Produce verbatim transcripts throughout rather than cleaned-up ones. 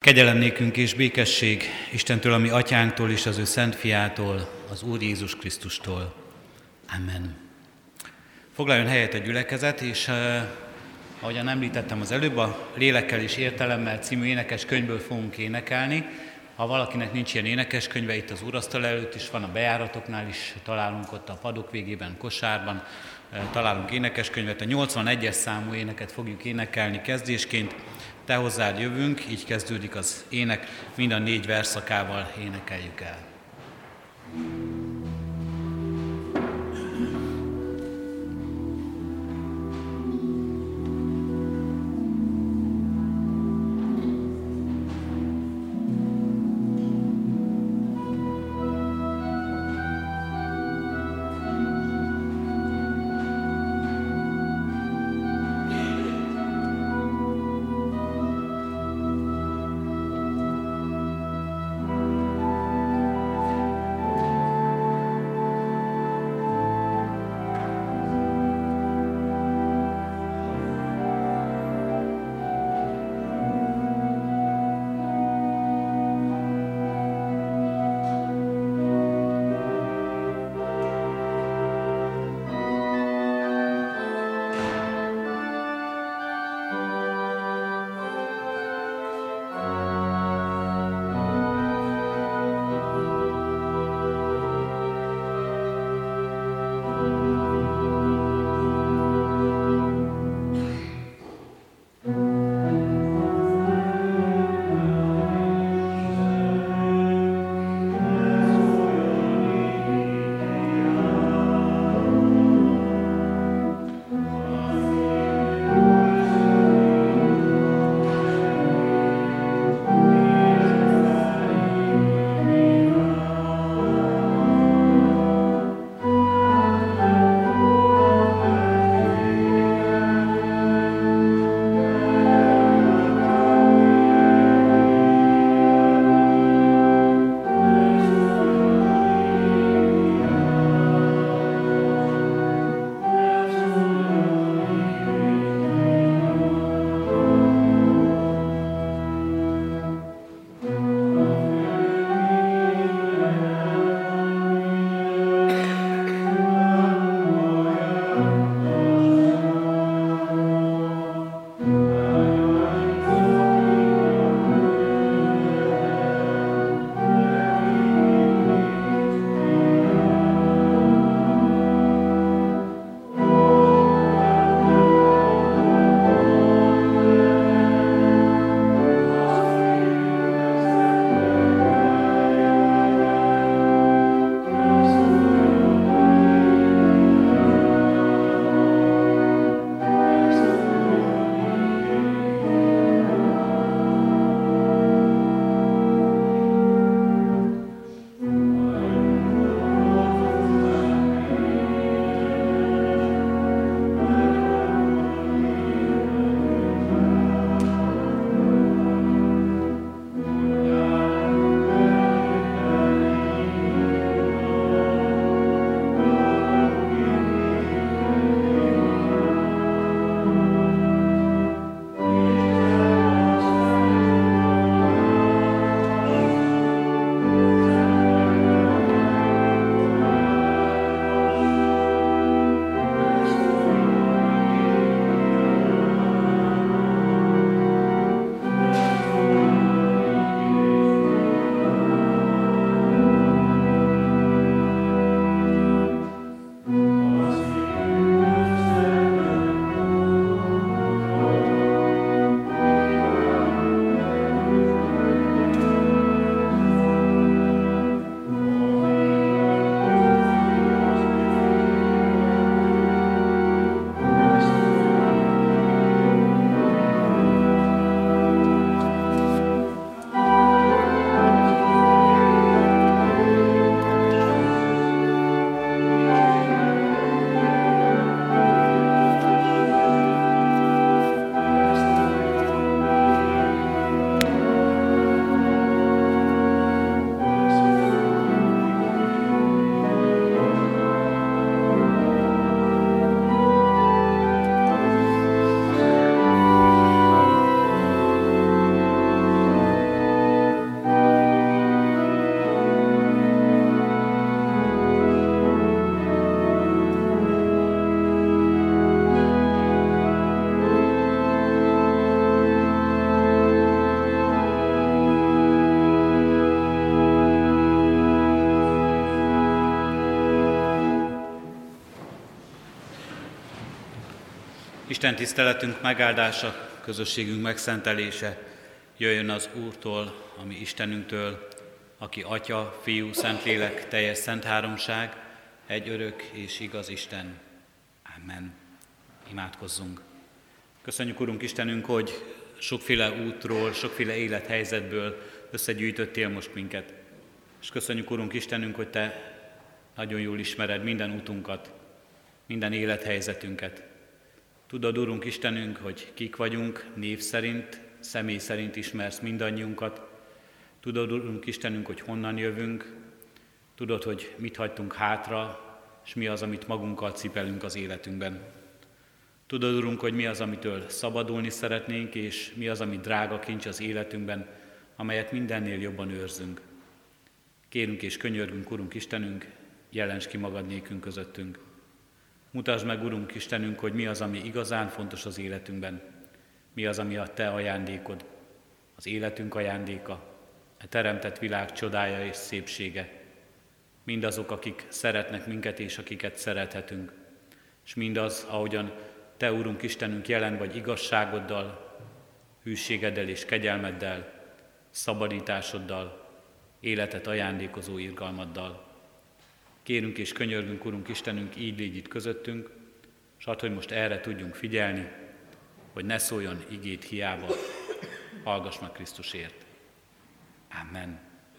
Kegyelem nékünk és békesség Istentől, a mi atyánktól és az ő szent fiától, az Úr Jézus Krisztustól. Amen. Foglaljon helyet a gyülekezet, és eh, ahogyan említettem az előbb, a Lélekkel és értelemmel című énekeskönyvből fogunk énekelni. Ha valakinek nincs ilyen énekeskönyve, itt az úrasztal előtt is van, a bejáratoknál is találunk, ott a padok végében, kosárban eh, találunk énekeskönyvet. A nyolcvanegyes számú éneket fogjuk énekelni kezdésként. Te hozzád jövünk, így kezdődik az ének, mind a négy verszakával énekeljük el. Thank Isten tiszteletünk megáldása, közösségünk megszentelése jöjjön az Úrtól, ami Istenünktől, aki Atya, Fiú, Szentlélek, teljes szent háromság, egy örök és igaz Isten. Amen. Imádkozzunk. Köszönjük, Urunk Istenünk, hogy sokféle útról, sokféle élethelyzetből összegyűjtöttél most minket. És köszönjük, Urunk Istenünk, hogy Te nagyon jól ismered minden útunkat, minden élethelyzetünket. Tudod, Urunk Istenünk, hogy kik vagyunk, név szerint, személy szerint ismersz mindannyiunkat. Tudod, Urunk Istenünk, hogy honnan jövünk. Tudod, hogy mit hagytunk hátra, és mi az, amit magunkkal cipelünk az életünkben. Tudod, Urunk, hogy mi az, amitől szabadulni szeretnénk, és mi az, ami drága kincs az életünkben, amelyet mindennél jobban őrzünk. Kérünk és könyörgünk, Urunk Istenünk, jelents ki magad nékünk közöttünk. Mutasd meg, Urunk Istenünk, hogy mi az, ami igazán fontos az életünkben. Mi az, ami a Te ajándékod, az életünk ajándéka, a teremtett világ csodája és szépsége. Mindazok, akik szeretnek minket, és akiket szerethetünk. És mindaz, ahogyan Te, Urunk Istenünk, jelen vagy igazságoddal, hűségeddel és kegyelmeddel, szabadításoddal, életet ajándékozó irgalmaddal. Kérünk és könyörgünk, Urunk Istenünk, így légy itt közöttünk, és add, hogy most erre tudjunk figyelni, hogy ne szóljon igét hiába. Hallgass meg Krisztusért. Amen.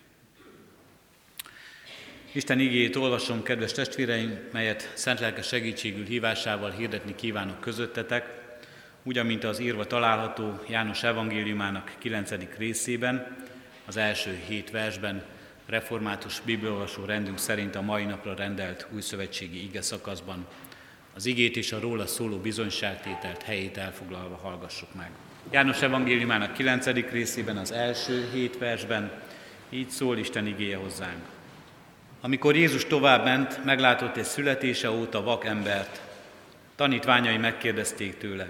Isten igéjét olvasom, kedves testvéreim, melyet szent lelke segítségül hívásával hirdetni kívánok közöttetek, úgy, amint az írva található János evangéliumának kilencedik részében, az első hét versben, református bibliaolvasó rendünk szerint a mai napra rendelt újszövetségi ige szakaszban. Az igét és a róla szóló bizonyságtételt helyét elfoglalva hallgassuk meg. János evangéliumának kilencedik részében, az első hét versben így szól Isten igéje hozzánk. Amikor Jézus továbbment, meglátott egy születése óta vak embert. Tanítványai megkérdezték tőle: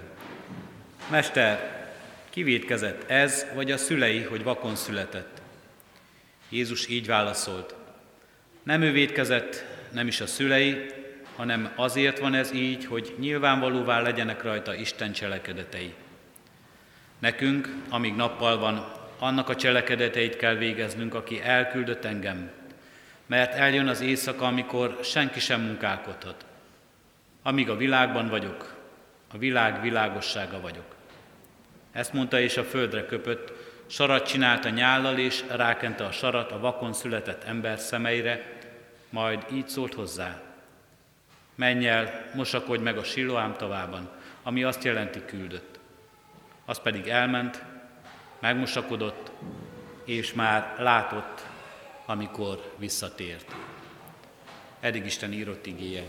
Mester, ki vétkezett, ez vagy a szülei, hogy vakon született? Jézus így válaszolt: Nem ő vétkezett, nem is a szülei, hanem azért van ez így, hogy nyilvánvalóvá legyenek rajta Isten cselekedetei. Nekünk, amíg nappal van, annak a cselekedeteit kell végeznünk, aki elküldött engem, mert eljön az éjszaka, amikor senki sem munkálkodhat. Amíg a világban vagyok, a világ világossága vagyok. Ezt mondta, és a földre köpött, sarat csinált a nyállal, és rákente a sarat a vakon született ember szemeire, majd így szólt hozzá: Menj el, mosakodj meg a Siloám tavában, ami azt jelenti küldött. Az pedig elment, megmosakodott, és már látott, amikor visszatért. Eddig Isten írott igéje.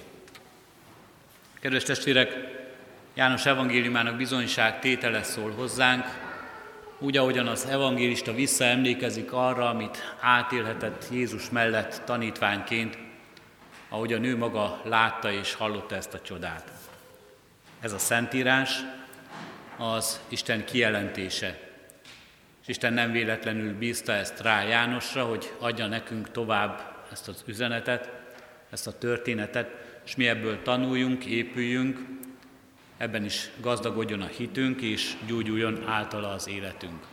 Kedves testvérek, János evangéliumának bizonyság tétele szól hozzánk, úgy, ahogyan az evangélista visszaemlékezik arra, amit átélhetett Jézus mellett tanítványként, ahogyan ő maga látta és hallotta ezt a csodát. Ez a Szentírás az Isten kijelentése. És Isten nem véletlenül bízta ezt rá Jánosra, hogy adja nekünk tovább ezt az üzenetet, ezt a történetet, és mi ebből tanuljunk, épüljünk, ebben is gazdagodjon a hitünk, és gyógyuljon általa az életünk.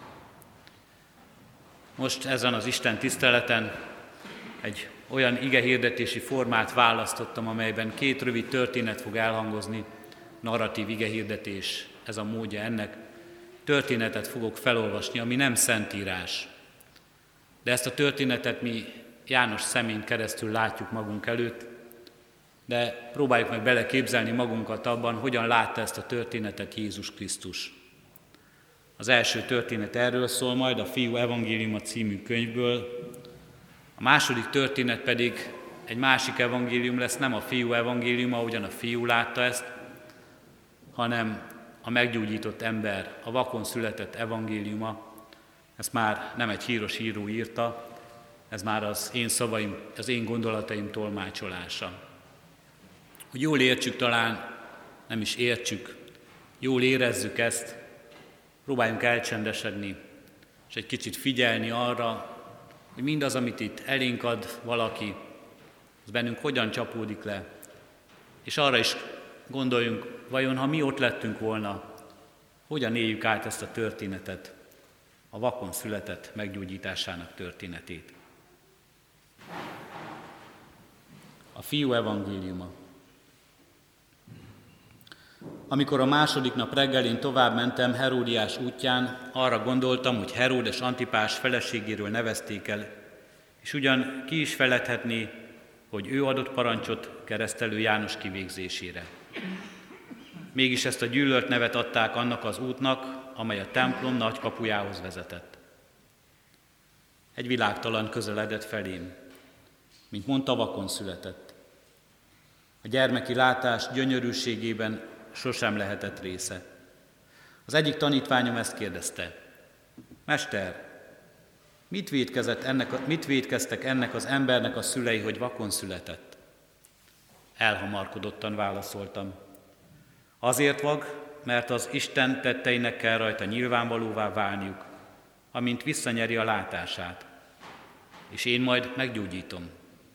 Most ezen az Isten tiszteleten egy olyan igehirdetési formát választottam, amelyben két rövid történet fog elhangozni, narratív igehirdetés, ez a módja ennek. Történetet fogok felolvasni, ami nem szentírás. De ezt a történetet mi János szemén keresztül látjuk magunk előtt, de próbáljuk meg beleképzelni magunkat abban, hogyan látta ezt a történetet Jézus Krisztus. Az első történet erről szól majd, a Fiú evangéliuma című könyvből. A második történet pedig egy másik evangélium lesz, nem a Fiú evangéliuma, ahogyan a Fiú látta ezt, hanem a meggyógyított ember, a vakon született evangéliuma. Ezt már nem egy híros író írta, ez már az én szavaim, az én gondolataim tolmácsolása. Hogy jól értsük, talán nem is értsük, jól érezzük ezt, próbáljunk elcsendesedni, és egy kicsit figyelni arra, hogy mindaz, amit itt elénk ad valaki, az bennünk hogyan csapódik le, és arra is Gondoljunk, vajon ha mi ott lettünk volna, hogyan éljük át ezt a történetet, a vakon született meggyógyításának történetét. A fiú evangéliuma. Amikor a második nap reggelén tovább mentem Heródiás útján, arra gondoltam, hogy Heródes Antipás feleségéről nevezték el, és ugyan ki is feledhetné, hogy ő adott parancsot keresztelő János kivégzésére. Mégis ezt a gyűlölt nevet adták annak az útnak, amely a templom nagy kapujához vezetett. Egy világtalan közeledett felém, mint mondta, vakon született. A gyermeki látás gyönyörűségében sosem lehetett része. Az egyik tanítványom ezt kérdezte: Mester, mit vétkezett ennek, mit vétkeztek ennek az embernek a szülei, hogy vakon született? Elhamarkodottan válaszoltam: Azért vak, mert az Isten tetteinek kell rajta nyilvánvalóvá válniuk, amint visszanyeri a látását, és én majd meggyógyítom.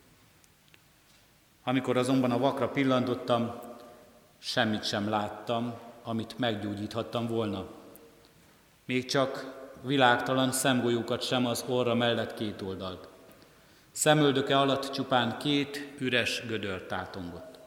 Amikor azonban a vakra pillantottam, semmit sem láttam, amit meggyógyíthattam volna. Még csak világtalan szemgolyókat sem az orra mellett két oldalt. Szemöldöke alatt csupán két üres gödör tátongott.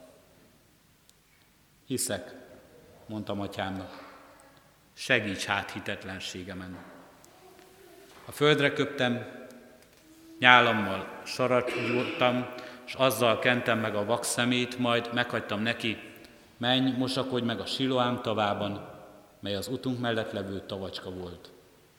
Hiszek, mondtam atyámnak, segíts hát hitetlenségemen. A földre köptem, nyálammal sarat gyúrtam, és azzal kentem meg a vak szemét, majd meghagytam neki: menj, mosakodj meg a Siloám tavában, mely az utunk mellett levő tavacska volt.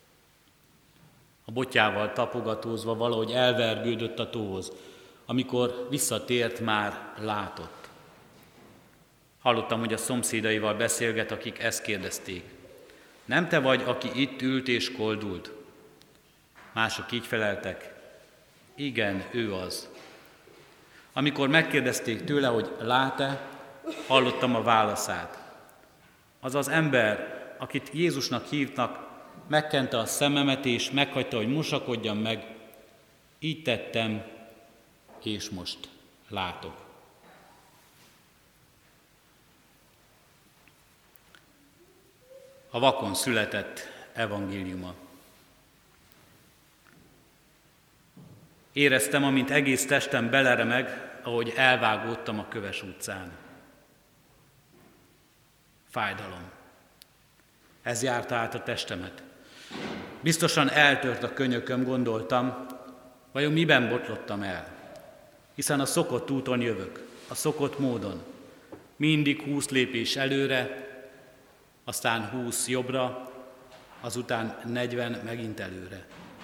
A botjával tapogatózva valahogy elvergődött a tóhoz. Amikor visszatért, már látott. Hallottam, hogy a szomszédaival beszélget, akik ezt kérdezték: nem te vagy, aki itt ült és koldult? Mások így feleltek: igen, ő az. Amikor megkérdezték tőle, hogy lát-e, hallottam a válaszát. Az az ember, akit Jézusnak hívnak, megkente a szememet és meghagyta, hogy mosakodjam meg. Így tettem, és most látok. A vakon született evangéliuma. Éreztem, amint egész testem beleremeg, ahogy elvágódtam a Köves utcán. Fájdalom. Ez járta át a testemet. Biztosan eltört a könyököm, gondoltam, vajon miben botlottam el? Hiszen a szokott úton jövök, a szokott módon. Mindig húsz lépés előre, aztán húsz jobbra, azután negyven megint előre.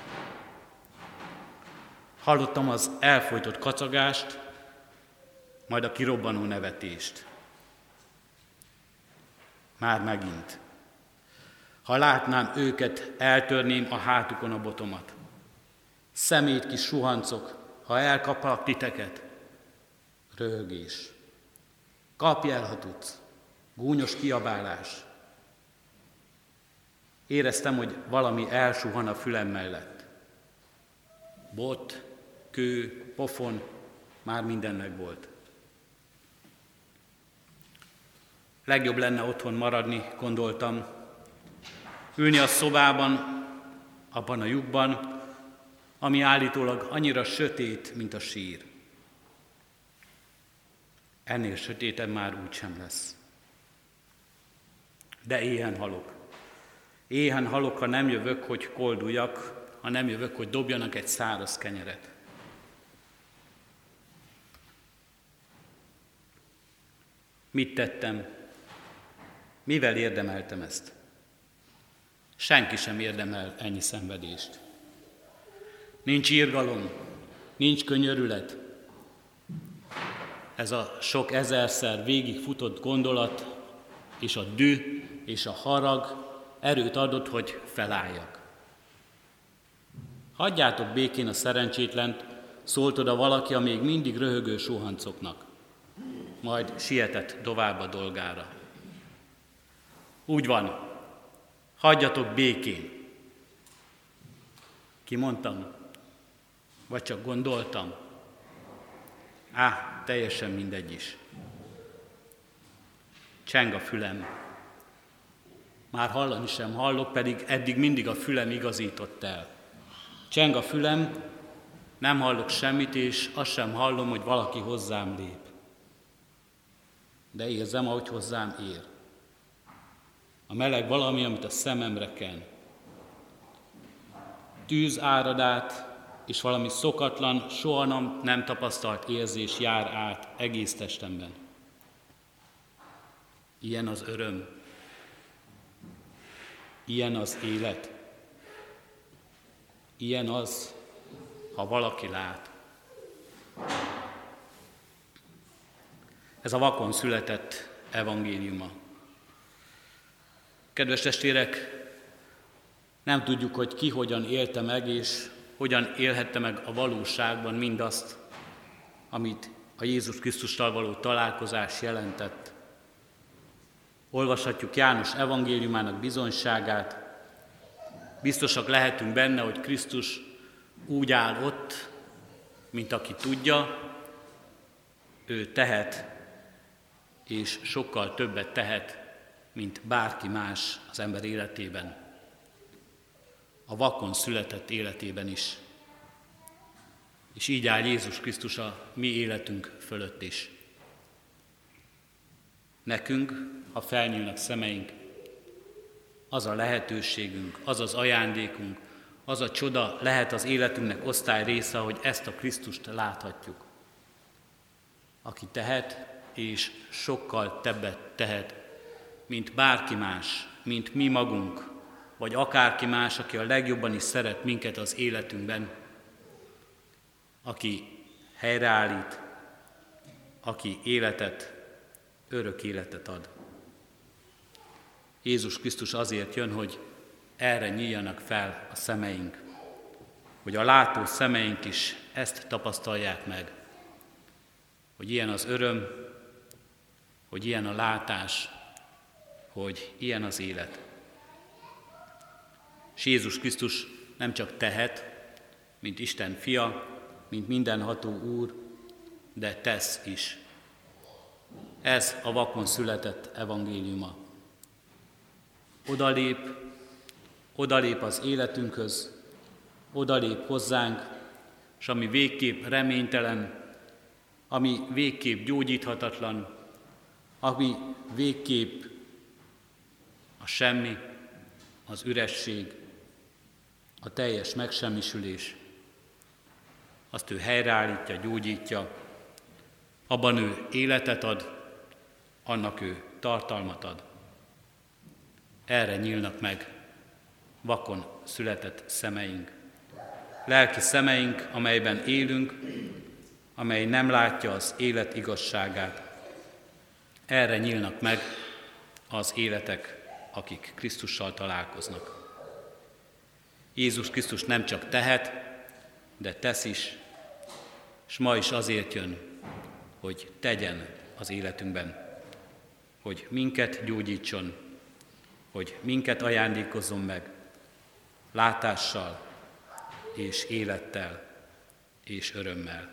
Hallottam az elfojtott kacagást, majd a kirobbanó nevetést. Már megint. Ha látnám őket, eltörném a hátukon a botomat. Szemét kis suhancok, ha elkaplak titeket. Röhögés. Kapj el, ha tudsz. Gúnyos kiabálás. Éreztem, hogy valami elsuhan a fülem mellett. Bot, kő, pofon, már minden megvolt. Legjobb lenne otthon maradni, gondoltam. Ülni a szobában, abban a lyukban, ami állítólag annyira sötét, mint a sír. Ennél sötétebb már úgysem lesz. De éhen halok. Éhen halok, ha nem jövök, hogy kolduljak, ha nem jövök, hogy dobjanak egy száraz kenyeret. Mit tettem? Mivel érdemeltem ezt? Senki sem érdemel ennyi szenvedést. Nincs irgalom, nincs könyörület. Ez a sok ezerszer végigfutott gondolat, és a düh és a harag erőt adott, hogy felálljak. Hagyjátok békén a szerencsétlent, szólt oda valaki a még mindig röhögő suhancoknak. Majd sietett tovább a dolgára. Úgy van, hagyjatok békén. Ki mondtam? Vagy csak gondoltam? Á, teljesen mindegy is. Cseng a fülem. Már hallani sem hallok, pedig eddig mindig a fülem igazított el. Cseng a fülem, nem hallok semmit, és azt sem hallom, hogy valaki hozzám lép. De érzem, ahogy hozzám ér. A meleg valami, amit a szememre ken. Tűz árad át, és valami szokatlan, soha nem tapasztalt érzés jár át egész testemben. Ilyen az öröm. Ilyen az élet. Ilyen az, ha valaki lát. Ez a vakon született evangéliuma. Kedves testvérek, nem tudjuk, hogy ki hogyan élte meg, és hogyan élhette meg a valóságban mindazt, amit a Jézus Krisztussal való találkozás jelentett. Olvashatjuk János evangéliumának bizonyságát, biztosak lehetünk benne, hogy Krisztus úgy áll ott, mint aki tudja, ő tehet, és sokkal többet tehet, mint bárki más az ember életében. A vakon született életében is. És így áll Jézus Krisztus a mi életünk fölött is. Nekünk, ha felnyílnak szemeink, az a lehetőségünk, az az ajándékunk, az a csoda lehet az életünknek osztály része, hogy ezt a Krisztust láthatjuk. Aki tehet, és sokkal többet tehet, mint bárki más, mint mi magunk, vagy akárki más, aki a legjobban is szeret minket az életünkben, aki helyreállít, aki életet, örök életet ad. Jézus Krisztus azért jön, hogy erre nyíljanak fel a szemeink, hogy a látó szemeink is ezt tapasztalják meg, hogy ilyen az öröm, hogy ilyen a látás, hogy ilyen az élet. És Jézus Krisztus nem csak tehet, mint Isten fia, mint mindenható Úr, de tesz is. Ez a vakon született evangéliuma. Odalép, odalép az életünkhöz, odalép hozzánk, és ami végképp reménytelen, ami végképp gyógyíthatatlan, ami végképp a semmi, az üresség, a teljes megsemmisülés, azt ő helyreállítja, gyógyítja, abban ő életet ad, annak ő tartalmat ad. Erre nyílnak meg vakon született szemeink. Lelki szemeink, amelyben élünk, amely nem látja az élet igazságát. Erre nyílnak meg az életek, akik Krisztussal találkoznak. Jézus Krisztus nem csak tehet, de tesz is, és ma is azért jön, hogy tegyen az életünkben, hogy minket gyógyítson, hogy minket ajándékozzon meg látással és élettel és örömmel.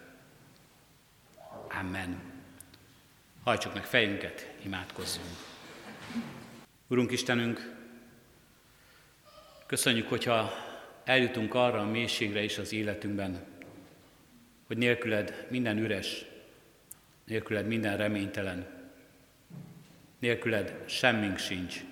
Amen. Hajtsuk meg fejünket, imádkozzunk. Urunk Istenünk, köszönjük, hogyha eljutunk arra a mélységre is az életünkben, hogy nélküled minden üres, nélküled minden reménytelen, nélküled semmink sincs.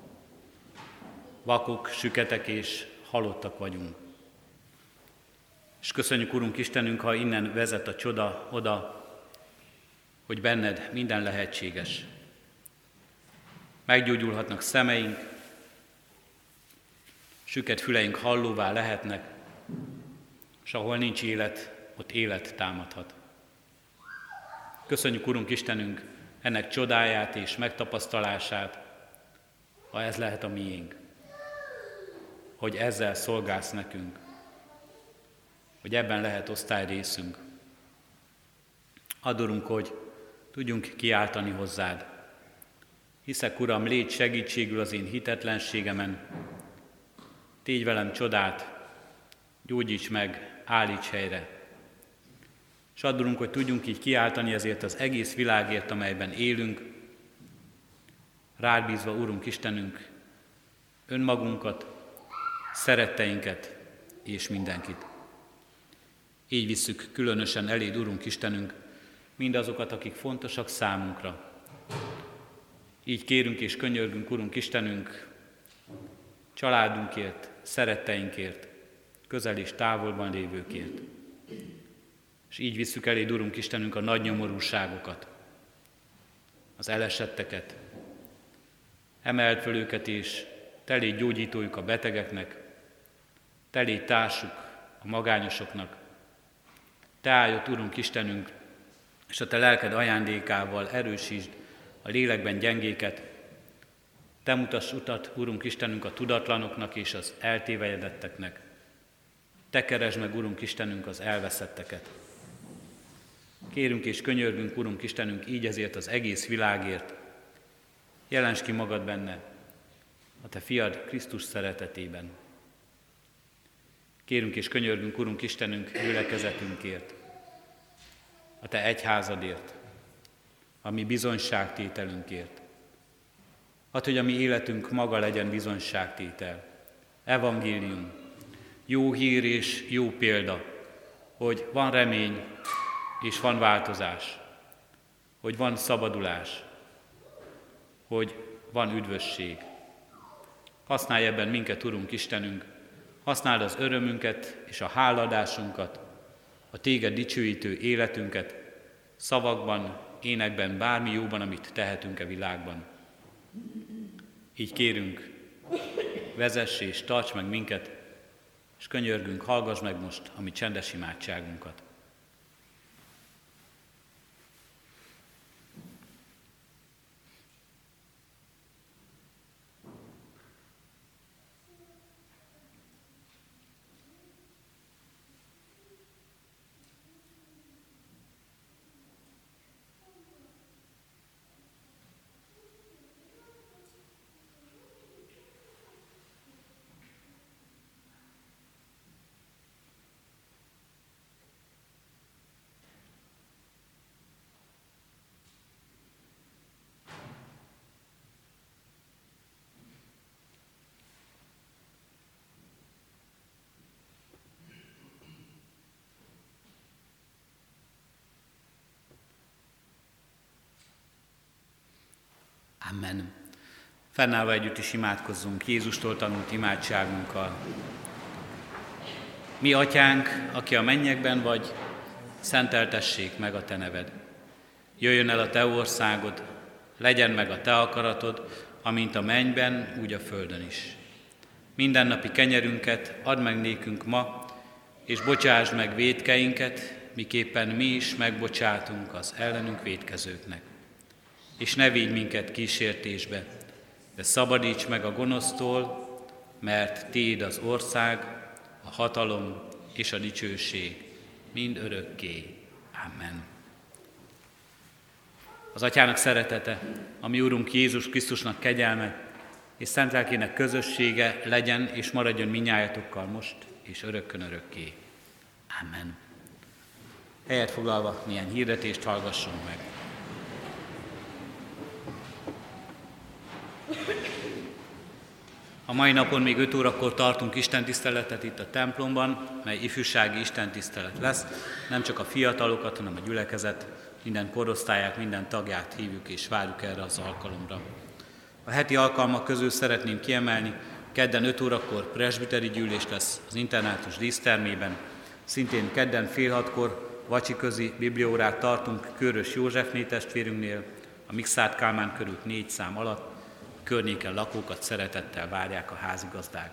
Vakok, süketek és halottak vagyunk. És köszönjük, Urunk Istenünk, ha innen vezet a csoda oda, hogy benned minden lehetséges. Meggyógyulhatnak szemeink, süket füleink hallóvá lehetnek, és ahol nincs élet, ott élet támadhat. Köszönjük, Urunk Istenünk, ennek csodáját és megtapasztalását, ha ez lehet a miénk, hogy ezzel szolgálsz nekünk, hogy ebben lehet osztályrészünk. Add, Urunk, hogy tudjunk kiáltani hozzád. Hiszek, Uram, légy segítségül az én hitetlenségemen, tégy velem csodát, gyógyíts meg, állíts helyre. És add, Urunk, hogy tudjunk így kiáltani ezért az egész világért, amelyben élünk, rád bízva, Urunk Istenünk, önmagunkat, szeretteinket és mindenkit. Így visszük különösen eléd, Urunk Istenünk, mindazokat, akik fontosak számunkra. Így kérünk és könyörgünk, Urunk Istenünk, családunkért, szeretteinkért, közel és távolban lévőkért. És így visszük eléd, Urunk Istenünk, a nagy nyomorúságokat, az elesetteket, emeld föl őket, és te légy gyógyítójuk a betegeknek, te légy társuk a magányosoknak. Te állj ott, Urunk Istenünk, és a te lelked ajándékával erősítsd a lélekben gyengéket. Te mutass utat, Urunk Istenünk, a tudatlanoknak és az eltévejedetteknek. Te keresd meg, Urunk Istenünk, az elveszetteket. Kérünk és könyörgünk, Urunk Istenünk, így ezért az egész világért. Jelens ki magad benne, a te fiad Krisztus szeretetében. Kérünk és könyörgünk, Urunk Istenünk, gyülekezetünkért, a te egyházadért, a mi bizonyságtételünkért. Add, hogy a mi életünk maga legyen bizonyságtétel, evangélium, jó hír és jó példa, hogy van remény és van változás, hogy van szabadulás, hogy van üdvösség. Használj ebben minket, Urunk Istenünk, használd az örömünket és a háladásunkat, a téged dicsőítő életünket, szavakban, énekben, bármi jóban, amit tehetünk a világban. Így kérünk, vezess és tarts meg minket, és könyörgünk, hallgass meg most a mi csendes imádságunkat. Amen. Fennállva együtt is imádkozzunk Jézustól tanult imádságunkkal. Mi atyánk, aki a mennyekben vagy, szenteltessék meg a te neved. Jöjjön el a te országod, legyen meg a te akaratod, amint a mennyben, úgy a földön is. Mindennapi kenyerünket add meg nékünk ma, és bocsásd meg vétkeinket, miképpen mi is megbocsátunk az ellenünk vétkezőknek. És ne vigy minket kísértésbe, de szabadíts meg a gonosztól, mert tiéd az ország, a hatalom és a dicsőség mind örökké. Amen. Az Atyának szeretete, a mi Urunk Jézus Krisztusnak kegyelme és szent lelkének közössége legyen és maradjon minnyájatokkal most és örökkön örökké. Amen. Helyet foglalva milyen hirdetést hallgassunk meg. A mai napon még öt órakor tartunk istentiszteletet itt a templomban, mely ifjúsági istentisztelet lesz. Nem csak a fiatalokat, hanem a gyülekezet minden korosztályát, minden tagját hívjuk és várjuk erre az alkalomra. A heti alkalmak közül szeretném kiemelni, kedden öt órakor presbiteri gyűlés lesz az internátus dísztermében, szintén kedden fél hatkor vacsiközi bibliaórát tartunk Körös Józsefné testvérünknél, a Mikszáth Kálmán körút négy szám alatt. Környéken lakókat szeretettel várják a házigazdák.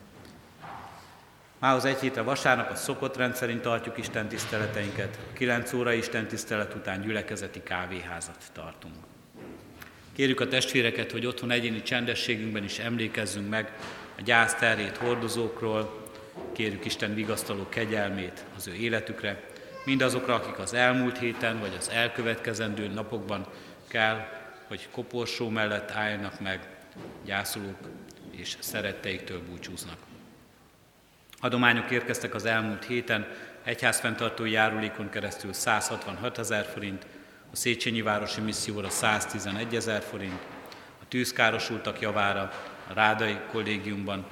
Mához egy hétre vasárnap a szokott rendszerint tartjuk istentiszteleteinket, kilenc óra istentisztelet után gyülekezeti kávéházat tartunk. Kérjük a testvéreket, hogy otthon egyéni csendességünkben is emlékezzünk meg a gyász terhét hordozókról, kérjük Isten vigasztaló kegyelmét az ő életükre, mindazokra, akik az elmúlt héten vagy az elkövetkezendő napokban kell, hogy koporsó mellett álljanak meg, gyászolók és szeretteiktől búcsúznak. Adományok érkeztek az elmúlt héten, egyházfenntartói járulékon keresztül száz hatvanhat ezer forint, a Széchenyi Városi Misszióra száz tizenegy ezer forint, a a tűzkárosultak javára, a Rádai Kollégiumban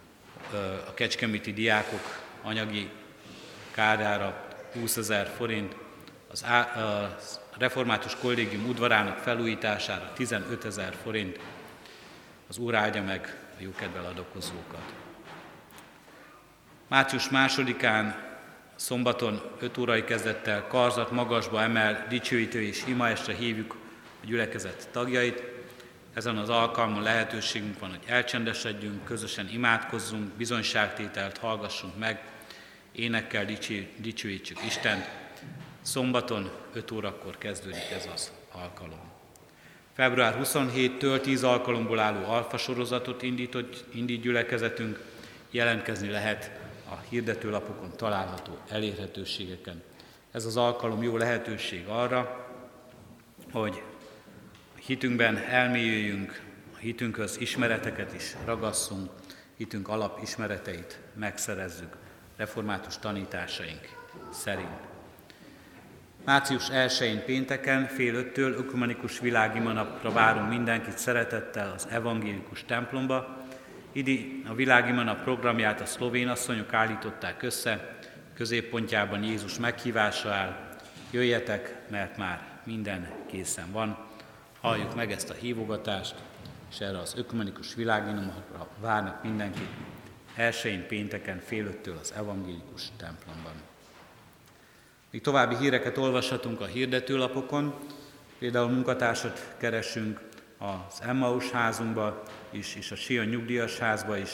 a kecskeméti diákok anyagi kárára húszezer forint, az á, a Református Kollégium udvarának felújítására tizenötezer forint, az Úr áldja meg a jókedvel adokozókat. Március másodikán, szombaton öt órai kezdettel karzat magasba emel, dicsőítő és imaestre hívjuk a gyülekezet tagjait. Ezen az alkalmon lehetőségünk van, hogy elcsendesedjünk, közösen imádkozzunk, bizonyságtételt hallgassunk meg, énekkel dicső, dicsőítsük Istent. Szombaton öt órakor kezdődik ez az alkalom. február huszonhétedikétől tíz alkalomból álló alfa sorozatot indított, indít gyülekezetünk, jelentkezni lehet a hirdetőlapokon található elérhetőségeken. Ez az alkalom jó lehetőség arra, hogy a hitünkben elmélyüljünk, a hitünkhöz ismereteket is ragasszunk, hitünk alapismereteit megszerezzük református tanításaink szerint. Március elsején pénteken fél öttől ökumenikus világimanapra várunk mindenkit szeretettel az evangélikus templomba. Idi a világimanap programját a szlovén asszonyok állították össze, középpontjában Jézus meghívása áll. Jöjjetek, mert már minden készen van. Halljuk meg ezt a hívogatást, és erre az ökumenikus világimanapra várnak mindenkit. Elsején pénteken fél öttől az evangélikus templomban. Még további híreket olvashatunk a hirdetőlapokon, például munkatársat keresünk az Emmaus házunkba is, és a Sion nyugdíjas házba is.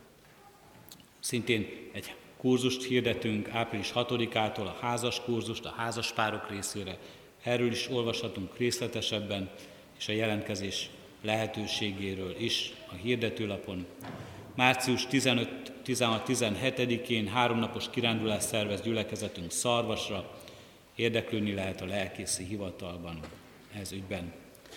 Szintén egy kurzust hirdetünk április hatodikától, a házas kurzust a házaspárok részére. Erről is olvashatunk részletesebben, és a jelentkezés lehetőségéről is a hirdetőlapon. március tizenötödikén, tizenhatodikán, tizenhetedikén háromnapos kirándulást szervez gyülekezetünk Szarvasra. Érdeklődni lehet a lelkészi hivatalban ez ügyben.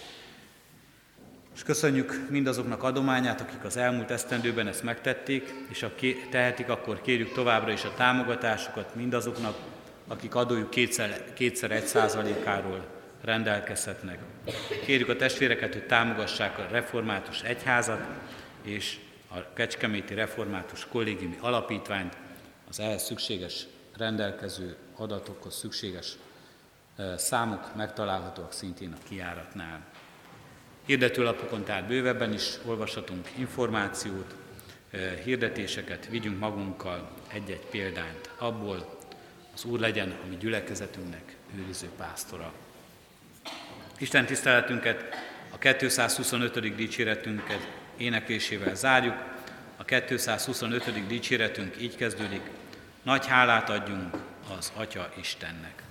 És köszönjük mindazoknak adományát, akik az elmúlt esztendőben ezt megtették, és ha tehetik, akkor kérjük továbbra is a támogatásukat mindazoknak, akik adójuk kétszer, kétszer egy százalékáról rendelkezhetnek. Kérjük a testvéreket, hogy támogassák a református egyházat és a Kecskeméti Református Kollégiumi Alapítványt, az ehhez szükséges rendelkező adatokhoz szükséges számok megtalálhatóak szintén a kijáratnál. Hirdetőlapokon tehát bővebben is olvashatunk információt, hirdetéseket, vigyünk magunkkal egy-egy példányt abból, az Úr legyen a mi gyülekezetünknek őriző pásztora. Isten tiszteletünket, a kétszázhuszonötödik dicséretünket éneklésével zárjuk. A kétszázhuszonötödik dicséretünk így kezdődik: nagy hálát adjunk az Atya Istennek.